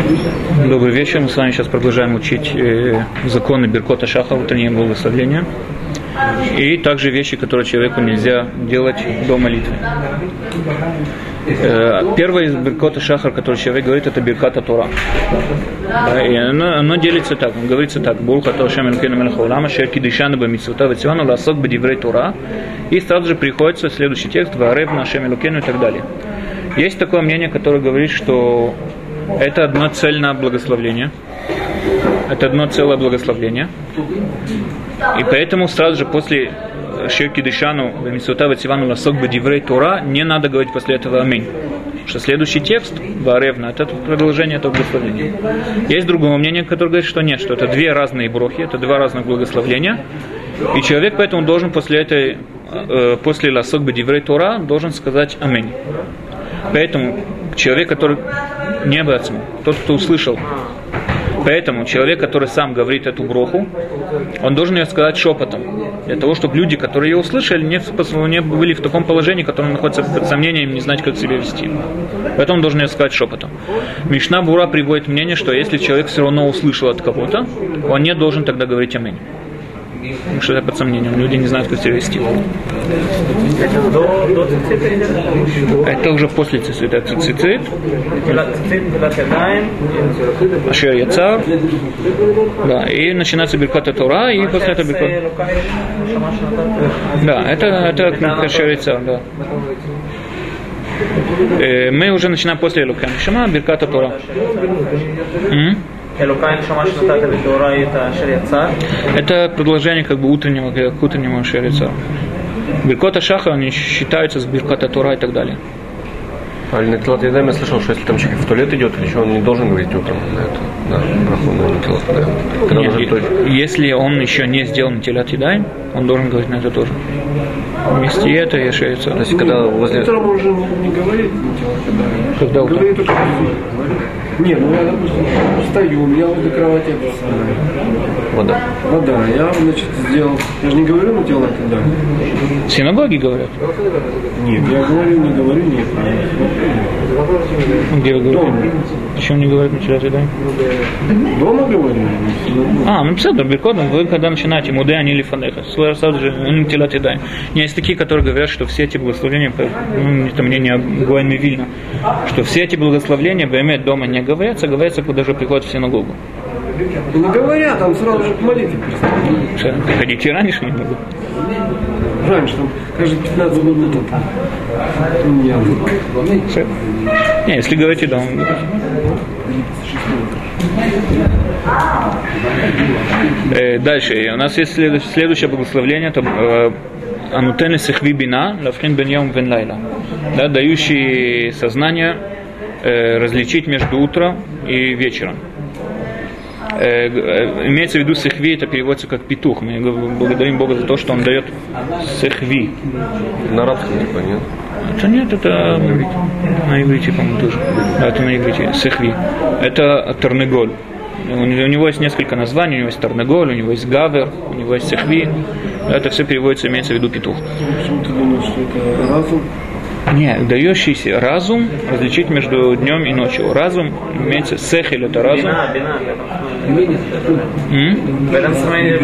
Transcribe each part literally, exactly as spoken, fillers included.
Добрый вечер. Мы с вами сейчас продолжаем учить э, законы Беркот ха-Шахар, утреннее благословление. И также вещи, которые человеку нельзя делать до молитвы. Э, первое из Беркот ха-Шахар, который человек говорит, это Беркат Тора. Да, и оно, оно делится так, он говорится так: Бурух ата Ашем Элокейну мелech хаолам, ашер кидишану бемицвотав вецивану лаасок бедиврей Тора. И сразу же приходится следующий текст: Ваарев Ашем Элокейну и так далее. Есть такое мнение, которое говорит, что это одно цельное благословление. Это одно целое благословление. И поэтому сразу же после Шер Кидишану Бемицвотав вецивану лаасок бедиврей Тора не надо говорить после этого аминь. Потому что следующий текст, Вааревна, это продолжение этого благословения. Есть другое мнение, которое говорит, что нет, что это две разные брохи, это два разных благословления. И человек поэтому должен после этой, э, после лаасок бедиврей Тора, должен сказать аминь. Поэтому человек, который не бацму, тот, кто услышал, поэтому человек, который сам говорит эту броху, он должен ее сказать шепотом, для того, чтобы люди, которые ее услышали, не, не были в таком положении, которое находится под сомнением, не знать, как себя вести. Поэтому он должен ее сказать шепотом. Мишна Бура приводит мнение, что если человек все равно услышал от кого-то, он не должен тогда говорить аминь. Потому что это под сомнением, люди не знают, как себя вести. Это до, до цицит? Это уже после цицит. Это цицит. Ашер яцар. Да, и начинается Беркат Тора, и после этого Беркат. Да, это, это Ашер яцар, да. Мы уже начинаем после Элокейну Шама, Беркат Тора. Это продолжение как бы утреннего, к утреннему Ашер яцар. Беркот ха-Шахар, они считаются с Беркат Тора и так далее. А Нетилат Ядаим я слышал, что если там человек в туалет идет, или что, он не должен говорить утром на это, на браху на Нетилат Ядаим. Нет, он если он еще не сделал Нетилат Ядаим, он должен говорить на это тоже. Вместе это и Ашер яцар. То есть когда возле... Утром уже не говорит Нетилат Ядаим. Когда утром? Говорит только нет, ну я, допустим, встаю, у меня возле кровати вода. Вода. Я, значит, сделал. Я же не говорю, но делал это, да. В синагоге говорят? Нет, я говорю, не говорю, нет. Где вы говорите? Почему не говорят Нетилат Ядаим? Дома говорю. А, ну писать, Беркот, вы когда начинаете Муде они лифанеха, сразу же Нетилат Ядаим. Есть такие, которые говорят, что все эти благословения, ну, это мнение Гоэн Мивильна, что все эти благословления Бемет дома не говорятся, говорятся, когда же приходят в синагогу. Не говорят, там сразу же к молитве приступают. Ходите раньше не могу. Раньше, там, каждые пятнадцать минут. Не, если говорите, да, он э, дальше. У нас есть следующее, следующее благословление, это Анутене сехви бина, лавхин бен йом вен лайла. Да, дающий сознание э, различить между утром и вечером. Э, э, имеется в виду сехви, это переводится как петух. Мы благодарим Бога за то, что Он дает сехви. На арабском типа, нет? Это нет, это на иврите, по-моему, тоже. Да, это на иврите. Сехви. Это тарнеголь. У него есть несколько названий, у него есть тарнеголь, у него есть гавер, у него есть сехви. Это все переводится, имеется в виду петух. Почему ты думаешь, что это разум? Нет, дающийся разум различить между днем и ночью. Разум имеется сехель, это разум. Бина, бина. В этом смысле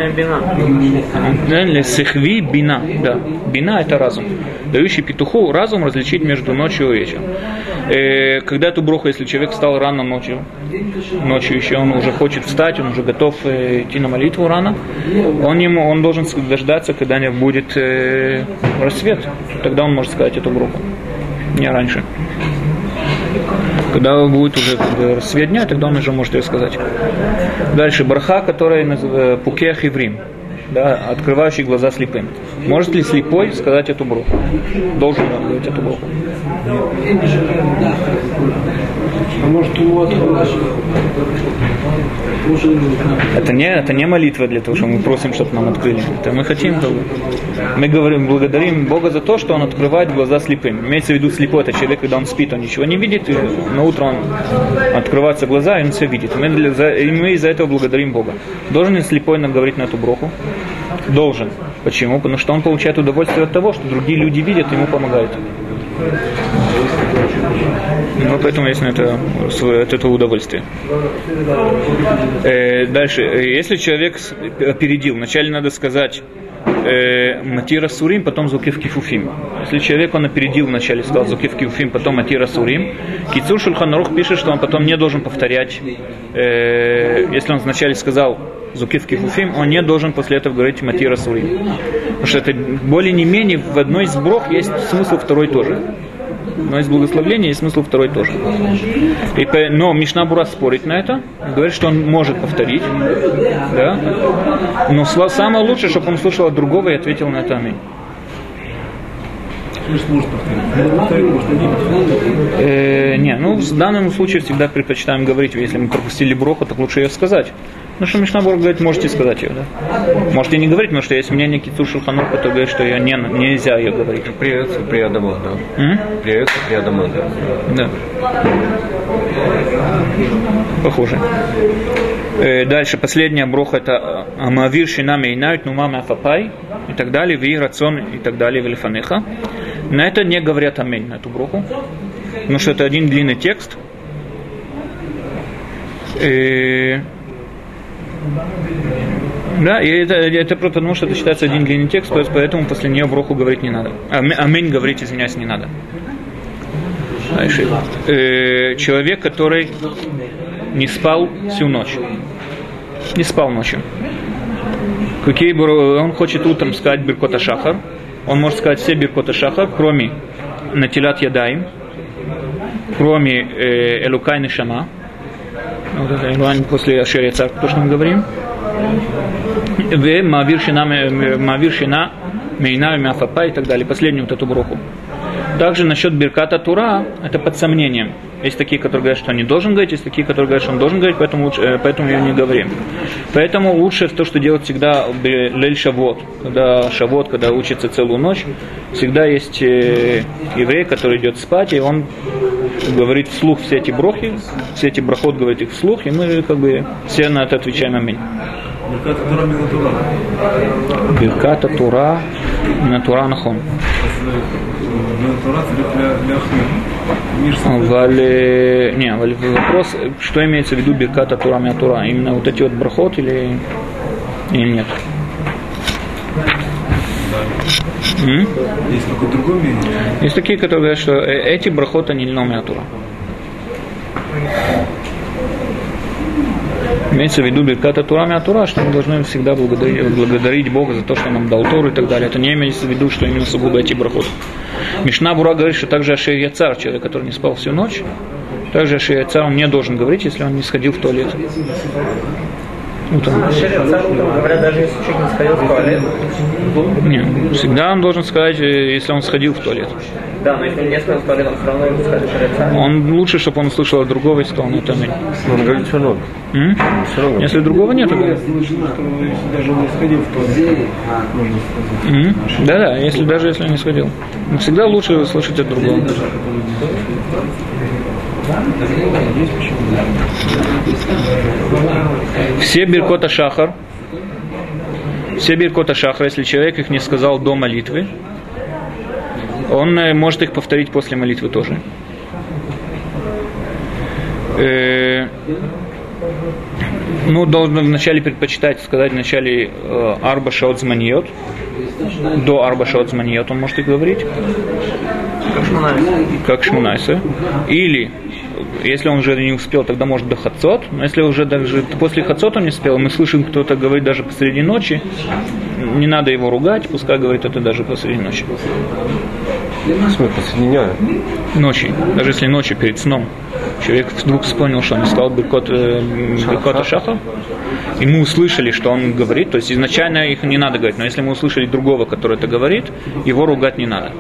бина. Сехви бина, да. Бина это разум. Дающий петуху разум различить между ночью и вечером. Э, когда эту броху, если человек встал рано ночью, ночью еще он уже хочет встать, он уже готов э, идти на молитву рано, он, ему, он должен дождаться, когда будет э, рассвет. Тогда он может сказать эту броху. Не раньше. Когда будет уже рассвет дня, тогда он уже может ее сказать. Дальше браха, которая называется пукех иврим. Да, открывающий глаза слепым. Может ли слепой сказать эту броху? Должен он говорить эту броху? А может ему открыть? Это не, это не молитва для того, что мы просим, чтобы нам открыли. Это мы хотим, мы говорим, благодарим Бога за то, что Он открывает глаза слепым. Имеется в виду слепой, это человек, когда он спит, он ничего не видит, и на утро он открываются глаза, и он все видит. Мы, для, и мы из-за этого благодарим Бога. Должен ли слепой нам говорить на эту броху? Должен. Почему? Потому что он получает удовольствие от того, что другие люди видят и ему помогают. Ну, поэтому есть на это, от этого удовольствие. Э, дальше. Если человек опередил, вначале надо сказать э, Матира Сурим, потом Зукев Кифуфим. Если человек, он опередил вначале, сказал Зукев Кифуфим, потом Матира Сурим, Кицур Шульхан Арух пишет, что он потом не должен повторять, э, если он вначале сказал Зукев Кифуфим, он не должен после этого говорить Матира Сурим. Потому что это более не менее в одной из брох есть смысл второй тоже. Но из благословления есть смысл второй тоже. И, но Мишна Бура спорит на это, говорит, что он может повторить, да? Но самое лучшее, чтобы он слышал от другого и ответил на это аминь. Э, не, ну в данном случае всегда предпочитаем говорить, если мы пропустили броху, так лучше ее сказать. Ну что Мишна Бура говорит, можете сказать ее, да? Можете не говорить, потому что есть мнение Кицур Шульхан Арух, который говорит, что ее не, нельзя ее говорить. Приветствие при Адамах, да. М? Приветствие при Адамах, да. Да. Похоже. Э, дальше, последняя броха, это Амавир Шинам Эйнайт Нумам Афапай и так далее, Ви Рацон и так далее, Велифанеха. На это не говорят аминь, на эту броху, потому что это один длинный текст. Э, Да, и это, это потому, что это считается один длинный текст, поэтому после нее броху говорить не надо. Аминь говорить, извиняюсь, не надо. Э, человек, который не спал всю ночь. Не спал ночью. Какие, он хочет утром сказать Биркот ха-Шахар. Он может сказать все Биркот ха-Шахар, кроме Натилат Ядаим, кроме э, Элукай Нешама. Вот это после Ашер Яцар, то, что мы говорим. Маавир Шина, Мейна, Мяфапа и так далее. Последнюю вот эту броху. Также насчет Бирката Тура, это под сомнением. Есть такие, которые говорят, что он не должен говорить, есть такие, которые говорят, что он должен говорить, поэтому, лучше, поэтому ее не говорим. Поэтому лучше то, что делать всегда Лель Шавот, когда Шавот, когда учится целую ночь, всегда есть еврей, который идет спать, и он говорит вслух все эти брохи, все эти брахот говорит их вслух, и мы как бы все на это отвечаем аминь. Бирката Тура Минатура. Бирката Тура Минатура Нахон. Вали... Не, вали... вопрос, что имеется в виду Бирката Тура Минатура? Именно вот эти вот брахот или, или нет? М? Есть какое-то другое мнение? Есть такие, которые говорят, что эти брахот они не Минатура. Имеется в виду Бирката Тура Минатура, что мы должны всегда благодарить, благодарить Бога за то, что нам дал Тору и так далее. Это не имеется в виду, что именно сугубо эти брахот. Мишна Бура говорит, что также Ашер Яцар, человек, который не спал всю ночь, также Ашер Яцар он не должен говорить, если он не сходил в туалет. Утром. Ашер Яцар утром говорят, даже если человек не сходил в туалет. Нет, всегда он должен сказать, если он сходил в туалет. Да, но если он не сходил в туалет, он все равно должен сказать Ашер Яцар. Он лучше, чтобы он услышал от другого и сказал, ну это аминь. Он говорит все равно. М? Все равно. Если другого нет, то да. Если даже не сходил в туалет, можно сказать. Да-да, если, даже если он не сходил. Но всегда лучше слышать от другого. Все Биркот ха-Шахар, все Биркот ха-Шахар, если человек их не сказал до молитвы, он может их повторить после молитвы тоже. Э, ну, должен вначале предпочитать сказать вначале э, Арба Шаот Зманиот. До Арба Шаот Зманиот он может их говорить. Как Шмунайса. Как Шмунайса. Или, если он уже не успел, тогда может до Хацот. Но если уже даже после Хацот он не успел, мы слышим, кто-то говорит даже посреди ночи, не надо его ругать, пускай говорит это даже посреди ночи. Посреди дня? Ночи. Даже если ночью перед сном человек вдруг вспомнил, что он не сказал Биркот ха-Шахар, и мы услышали, что он говорит, то есть изначально их не надо говорить, но если мы услышали другого, который это говорит, его ругать не надо.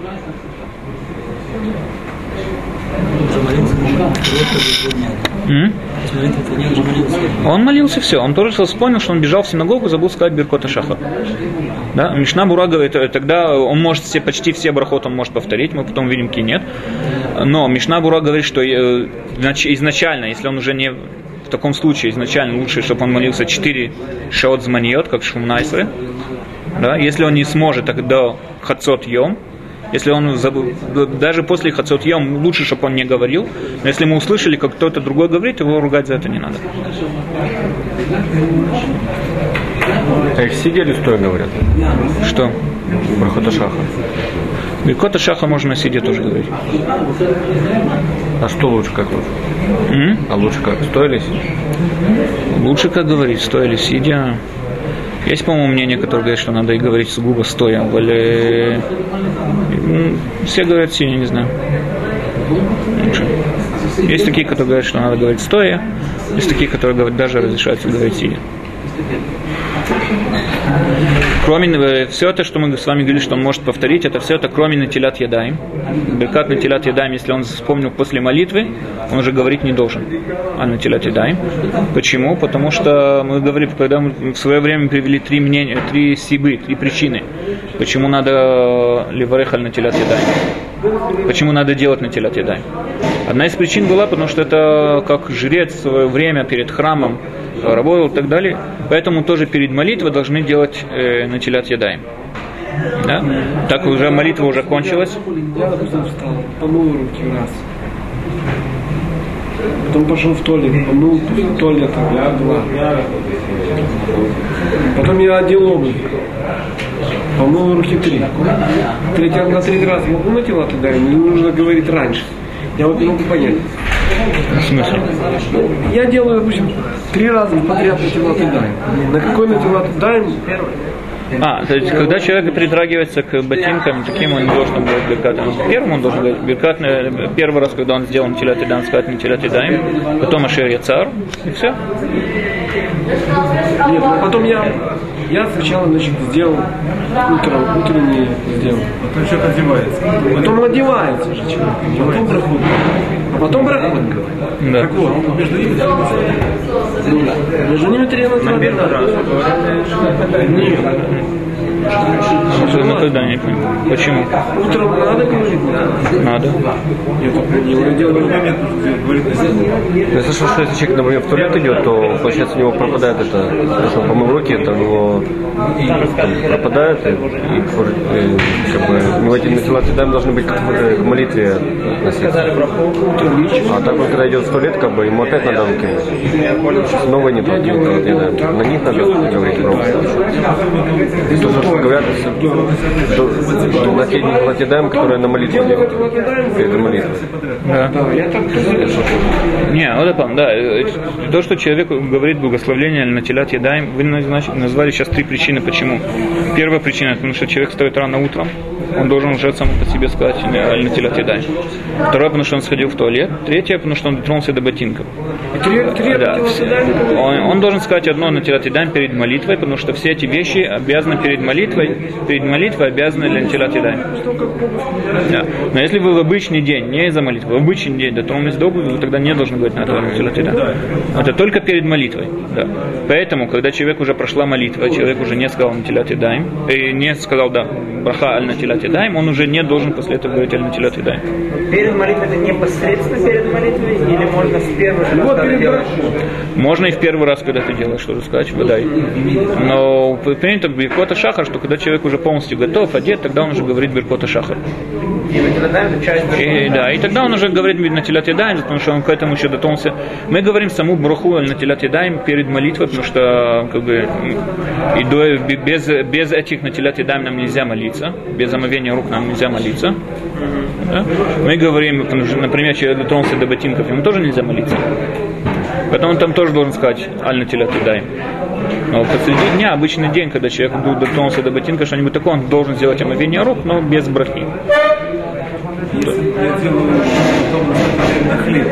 М? Он молился все, он тоже вспомнил, что он бежал в синагогу, забыл сказать Биркот ха-Шахар. Да? Мишна Бура говорит, тогда он может все, почти все брахот он может повторить, мы потом видим, какие нет. Но Мишна Бура говорит, что изначально, если он уже не в таком случае, изначально лучше, чтобы он молился четыре шаот зманиот, как Шмунайсре. Да? Если он не сможет, тогда Хацот Йом. Если он забыл, даже после хацот йом, лучше, чтобы он не говорил. Но если мы услышали, как кто-то другой говорит, его ругать за это не надо. А их сидя или стоя говорят? Что? Брахот ха-шахар. Брахот ха-шахар можно сидя тоже говорить. А что лучше, как лучше? М? А лучше как? Стоя или сидя? Лучше, как говорить, стоя или сидя. Есть, по-моему, мнение, которое говорит, что надо и говорить сугубо стоя. Или... Все говорят сидя, не знаю. Лучше. Есть такие, которые говорят, что надо говорить стоя. Есть такие, которые говорят, даже разрешается говорить сидя. Кроме все это, что мы с вами говорили, что он может повторить, это все это кроме натилят ядаим. Беркат натилят ядаим, если он вспомнил после молитвы, он уже говорить не должен. А натилят ядаим. Почему? Потому что мы говорили, когда мы в свое время привели три мнения, три сибы, три причины, почему надо ливарех аль натилят ядаим. Почему надо делать натилят ядаим. Одна из причин была, потому что это как жрец в свое время перед храмом работал и так далее. Поэтому тоже перед молитвой должны делать э, натилят ядаим. Да? Так уже молитва уже кончилась. Я, допустим, встал, помыл руки раз. Потом пошел в туалет, помыл туалет, два. Потом я одел обувь. Помыл руки три. Третий, на третий раз могу натилат ядаим или нужно говорить раньше? Я вот не могу понять. В смысле? Я делаю, допустим, три раза подряд натилат ядаим. На какой натилат ядаим? А, то есть, когда человек притрагивается к ботинкам, таким он не должен говорить беркатом. Первым он должен говорить беркат, первый раз, когда он сделал натилят ядаим, сказать натилят ядаим, потом ашер яцар, и все. Нет, ну потом я, я сначала, значит, сделал утром, утреннее сделал. Потом человек одевается. Потом одевается же человек. Потом брахот. А потом брахот. Да. Так вот, между ними три ну, между ними три раза. Нет. Я никогда не понял. Почему? Утром надо говорить? Надо. Я только не уже делаю момент, говорит на себя. Я слышал, что если человек, например, в туалет идет, то, получается, у него пропадает это, потому что он помыл руки, это у него там, пропадает, и, и, и как бы, у него эти натилат ядаим должны быть к, к молитве относиться. А так вот, когда идет в туалет, как бы, ему опять надо руки мыть. Сейчас новые не тот натилат ядаим. На них надо говорить громко. Говорят, что на те натилат ядаим, которые на молитву делают, перед молитвой. Да. Не, вот это, да. То, что человек говорит благословление на натилят ядаим, вы назвали сейчас три причины, почему. Первая причина, потому что человек встает рано утром, он должен уже сам по себе сказать аль натилят ядаим. Второе, потому что он сходил в туалет. Третье, потому что он дотронулся до ботинков. Да. Он, он должен сказать одно натилят ядаим перед молитвой, потому что все эти вещи обязаны перед молитвой, перед молитвой обязаны для натилят ядаим. Да. Но если вы в обычный день, не из-за молитвы, в обычный день дотронулись до обуви, вы тогда не должны говорить на натилят ядаим. Это только перед молитвой. Да. Поэтому, когда человек уже прошла молитва, человек уже не сказал натилят ядаим, и не сказал, да, браха аль натилят ядаим, он уже не должен после этого говорить аль натилят ядаим. Перед молитвой это непосредственно перед молитвой или можно с первого раза, вот, когда делаешь? Можно и в первый раз, когда ты делаешь, что-то сказать, выдай. Но принято в беркот ха-шахар, что когда человек уже полностью готов, одет, тогда он уже говорит беркот ха-шахар. И, да, и тогда он уже говорит натилят ядаим, потому что он к этому еще дотронулся. Мы говорим саму браху аль натилят ядаим перед молитвой, потому что как бы, и до, без, без этих натилят ядаим нам нельзя молиться, без омовения рук нам нельзя молиться. Да? Мы говорим, потому что, например, человек дотронулся до ботинков, ему тоже нельзя молиться. Поэтому он там тоже должен сказать аль натилят ядаим. Но посреди дня, обычный день, когда человек дотронулся до ботинка, что-нибудь такое, он должен сделать омовение рук, но без брахи. Я делаю на хлеб.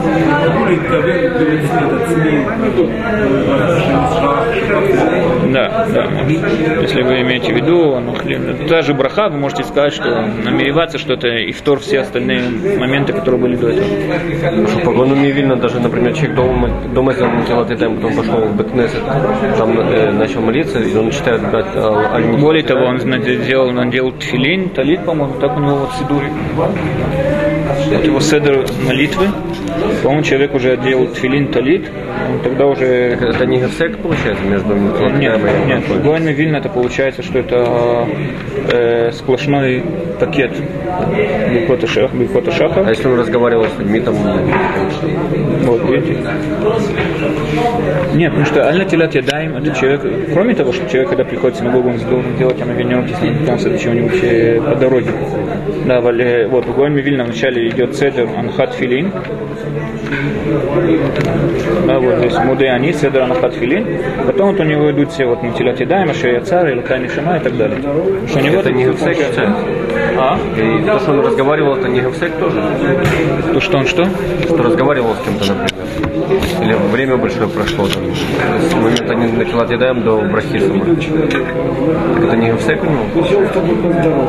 Да, да. Если вы имеете в виду, ну, хлеб. Та же браха, вы можете сказать, что намереваться, что это ифтор все остальные моменты, которые были до этого. Что по гону не видно, даже, например, человек дома, дома сделал натилат ядаим, потом пошел в бет-кнесет, там э, начал молиться, и он читает брать аль. Более того, он сделал, он делал тфилин, талит, по-моему, так у него вот в сидуре. Это его седр молитвы, По-моему, человек уже одел тфилин, талит, он тогда уже... Это не гефсек получается между... Нет, нет, в Гоэн Мивильна это получается, что это э, сплошной пакет Билкота Шаха. А если он разговаривал с людьми, там... Вот, видите? Нет, потому что Аль-Натилат Ядаим, это человек, кроме того, что человек, когда приходит в синагогу, он должен делать омовение рук, если он с чего-нибудь по дороге. Да, вот, в Гоэн Мивильна вначале идет седер анхат филин. Да, вот здесь мудеани, седер анхат филин. Потом вот у него идут все вот Натилат Ядаим, Ашер Яцар, Элукай Нишама и так далее. Что у него это не гефсек, а? И то, что он разговаривал, это не гефсек тоже? То, что он что? Что разговаривал с кем-то, например. Или время большое прошло, там, с момента Натилат Ядаим до брахи сама. Так это не гефсек у него?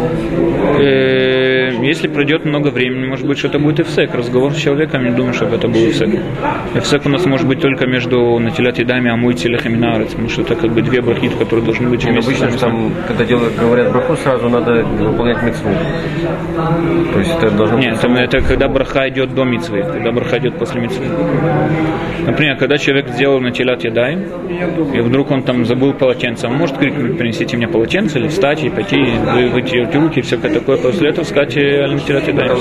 Если пройдет много времени, может быть, что это будет эфсек. Разговор с человеком, не думаю, чтобы это был эфсек. Эфсек у нас может быть только между Натилат Ядаим и Амуй Цилех и Минаарец, потому что это как бы две брахи, которые должны быть вместе. Обычно же там, когда делают, говорят браху, сразу надо выполнять мицву. То есть это должно быть... Нет, это, это когда браха идет до мицвы, когда браха идет после мицвы. Например, когда человек сделал Натилат Ядаим, и вдруг он там забыл полотенце, он может крикнуть: принесите мне полотенце, или встать и пойти, и вытереть руки и всякое такое, после этого сказать Натилат Ядаим.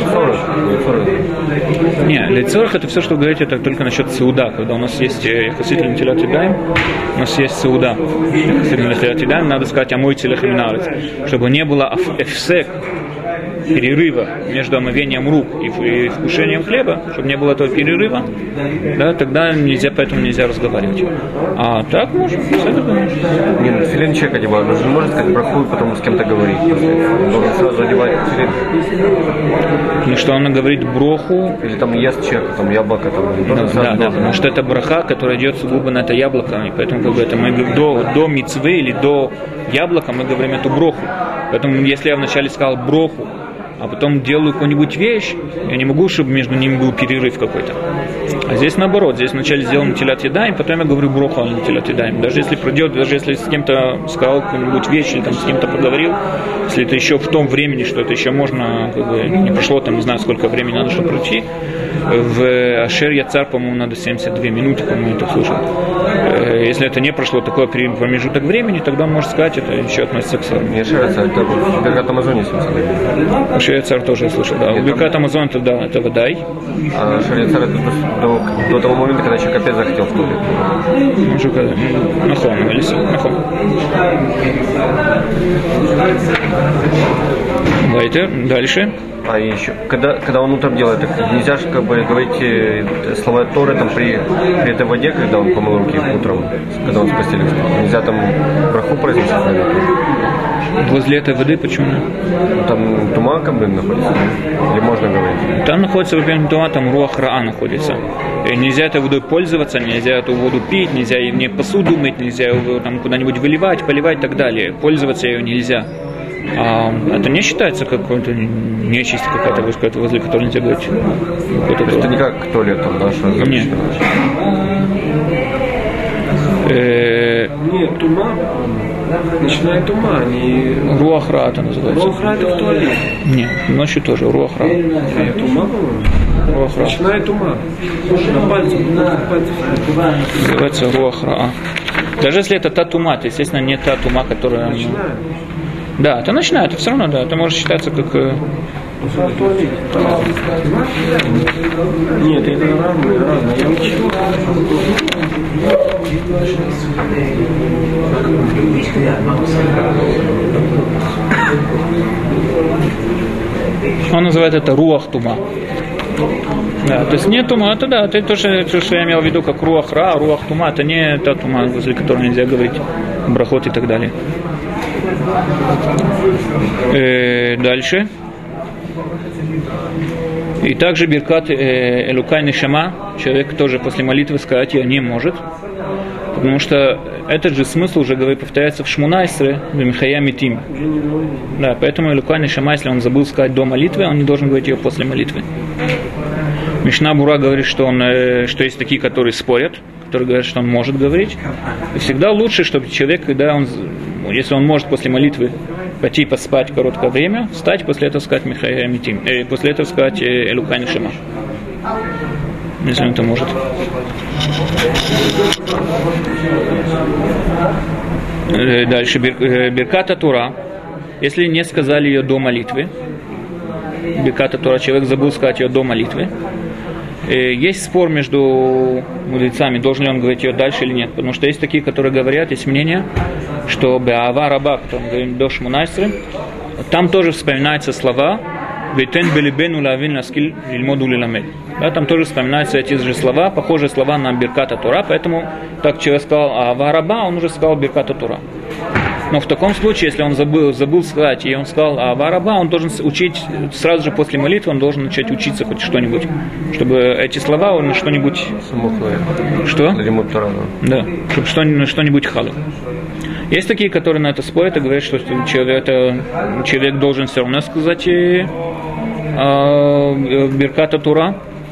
Не, лейцорах это все, что вы говорите, это только насчет сеуда, когда у нас есть яхаситель Натилат Ядаим, у нас есть сеуда. Яхаситель Натилат Ядаим, надо сказать Амой Цилех и Минаарец, чтобы не было эфсек, перерыва между омовением рук и вкушением хлеба, чтобы не было этого перерыва, да, тогда нельзя, поэтому нельзя разговаривать. А так можно, все это можно. Не, ну филин человек одевает, он же может сказать браху и потом с кем-то говорить. Он должен сразу одевать филин. Ну что он говорит броху. Или там ест человек, там яблоко, там. Да, да, да, потому что это браха, которая идет сугубо на это яблоко, и поэтому как бы это мы до, до мицвы или до яблока мы говорим эту броху. Поэтому если я вначале сказал броху, а потом делаю какую-нибудь вещь, я не могу, чтобы между ними был перерыв какой-то. А здесь наоборот, здесь вначале сделал Натилат Ядаим, потом я говорю броху на Натилат Ядаим. Даже если пройдет, даже если с кем-то сказал какую-нибудь вещь или там с кем-то поговорил, если это еще в том времени, что это еще можно, как бы, не прошло там, не знаю, сколько времени надо, чтобы пройти. В Ашер Яцар, по-моему, надо семьдесят две минуты, по-моему, я так слышал. Если это не прошло такой промежуток времени, тогда он может сказать, это еще относится к сорому. Ашер Яцар, это в Беркат Амазоне семьдесят две минуты. Ашер Яцар тоже я слышал, да. Беркат Амазон это, да, это водай. А Ашер Яцар это до, до того момента, когда человек опять захотел в туалет. Может, когда... Нахон, Алиса, нахон. Дайте, дальше. А еще, когда, когда он утром делает, так нельзя же как бы говорить слова Торы там при, при этой воде, когда он помыл руки утром, когда он с постели встал. Нельзя там браху произносить, наверное. Возле этой воды почему? Ну, там тума как бы находится, или можно говорить? Там находится, во-первых, тума, там руах раа находится. И нельзя этой водой пользоваться, нельзя эту воду пить, нельзя в ней посуду мыть, нельзя ее там куда-нибудь выливать, поливать и так далее. Пользоваться ее нельзя. А это не считается как какой-то нечисть какая-то, возле которой нельзя говорить. То есть это не как туалет там, да, что нет. Нет, тума, начиная тума, не... Руахра это называется. Руахра это в туалет. Нет, ночью тоже, руахра. Нет, тума, по-моему. Руахра. Начиная тума. На пальце, на пальце. Называется руахра. Даже если это та тума, то, естественно, не та тума, которая... Начиная. Да, это начинает, это все равно, да, это может считаться как... Нет, это разное, разное. Я учил. Он называет это руах тума. Да, то есть не тума, это да, это то, что, то, что я имел в виду, как руах ра, руах тума, это не та тума, возле которой нельзя говорить брахот и так далее. Э, дальше. И также Биркат э, Элукай Нишама, человек тоже после молитвы сказать ее не может, потому что этот же смысл уже говорит, повторяется в Шмунайсре, в Михая Митим. Да, поэтому Элукай Нишама, если он забыл сказать до молитвы, он не должен говорить ее после молитвы. Мишна Бура говорит, что, он, э, что есть такие, которые спорят, которые говорят, что он может говорить. И всегда лучше, чтобы человек, когда он, если он может после молитвы пойти поспать короткое время, встать, после этого сказать Михая Митим, э, после этого сказать Элукай Нишама. если он это может. Дальше, Биркат Тора. Если не сказали ее до молитвы, Биркат Тора, человек забыл сказать ее до молитвы, есть спор между мудрецами, должен ли он говорить ее дальше или нет. Потому что есть такие, которые говорят, есть мнение, что Беава Раба, который мы говорим до Шмунайсры, там тоже вспоминаются слова «Вейтен белибену лавин наскиль лильмоду лиламед». Да, там тоже вспоминаются эти же слова, похожие слова на Биркат Тора, поэтому так человек сказал Ава Раба, он уже сказал Биркат Тора. Но в таком случае, если он забыл, забыл сказать, и он сказал Ава Раба, он должен учить, сразу же после молитвы, он должен начать учиться хоть что-нибудь, чтобы эти слова он на что-нибудь... Что? Да, чтобы что-нибудь, что-нибудь хало. Есть такие, которые на это спорят и говорят, что человек, это, человек должен все равно сказать э, э, Биркат Тора.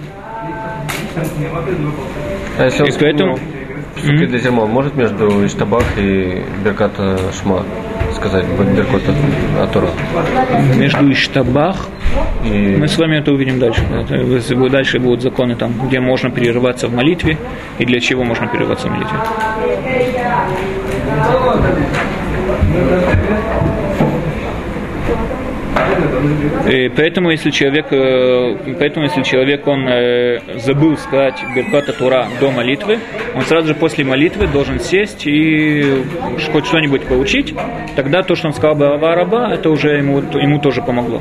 А если он и поэтому... Псуки для зерма, может между Иштабах и Биркат Шма сказать Биркат Тора? Между Иштабах и... мы с вами это увидим дальше. Это, дальше будут законы там, где можно прерываться в молитве и для чего можно прерываться в молитве. И поэтому, если человек, поэтому, если человек он забыл сказать Биркат Тора до молитвы, он сразу же после молитвы должен сесть и хоть что-нибудь поучить, тогда то, что он сказал Беава Раба, это уже ему, ему тоже помогло.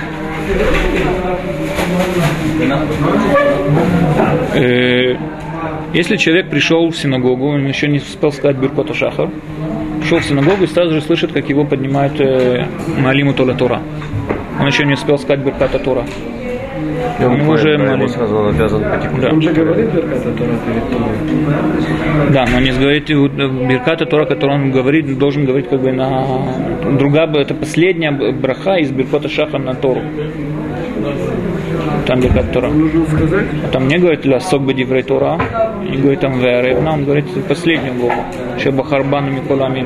Если человек пришел в синагогу, он еще не успел сказать Биркот Шахар, пришел в синагогу и сразу же слышит, как его поднимают э, Маалиму Тола Тора. Он еще не успел сказать Биркат Тора. И он, он уже да, сразу он обязан пойти. Да. Он же говорит Биркат Тора перед тобой. Да, но не говорит Биркат Тора, который он говорит, должен говорить как бы на другая, это последняя браха из Биркота Шахар на Тору. Там Биркат Тора. Нужно сказать? А там не говорит ля сок бедиврей Тора, не говорит там ве'аревна, он говорит последнюю браку. Шебахарбану миколамин.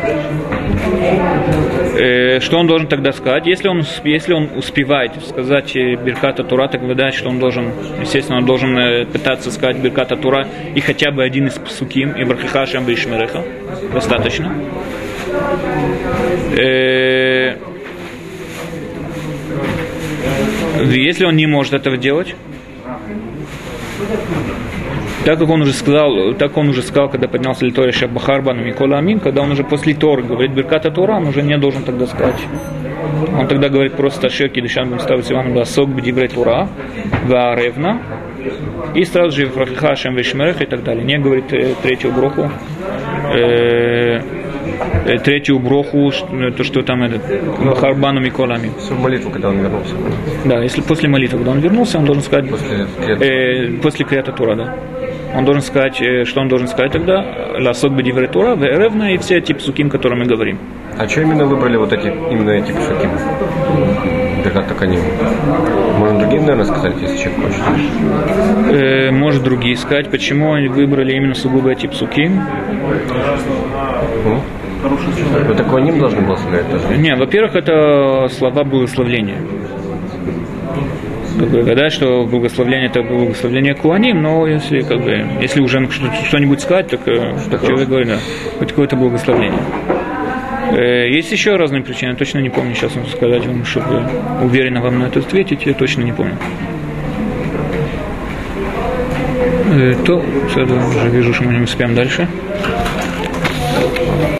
Что он должен тогда сказать? Если он, если он успевает сказать Биркат Тора, так выдать, что он должен, естественно, он должен пытаться сказать Биркат Тора и хотя бы один из псуким, и брахиха шем вишмереха, достаточно. Если он не может этого делать, так как он уже сказал, так он уже сказал, когда поднялся Литори Шаббахарбану Микола Амин, когда он уже после Торы говорит Биркат Тора, он уже не должен тогда сказать. Он тогда говорит просто Шерки Дышан Бенставит Ивану Басок Бдиврей Тора, Вааревна, и сразу же Врахиха Шем Вешмерех и так далее. Не говорит э, третью броху, э, э, третью броху, то, что там это Бахарбану Микола Амин. В молитву, когда он вернулся. Да, если после молитвы, когда он вернулся, он должен сказать после Крията э, Тора, да. Он должен сказать, что он должен сказать тогда, ласок бедиврей Тора, ве'аревна и все эти псуким, которые мы говорим. А что именно выбрали вот эти, именно эти псуким? Биркат Таканим. Можно другие, наверное, сказать, если человек хочет? Э, может другие сказать, почему они выбрали именно сугубо эти псуким. Ну, вы такого ним должны были сказать тоже? Не, во-первых, это слова благословления. Как бы, да, что благословление это благословение Куаним, но если, как бы, если уже что-нибудь сказать, так, так человек говорит, да, хоть какое-то благословение. Э, есть еще разные причины, я точно не помню, сейчас вам сказать вам, чтобы уверенно вам на это ответить, я точно не помню. Э, то, все, да, уже вижу, что мы не успеем дальше.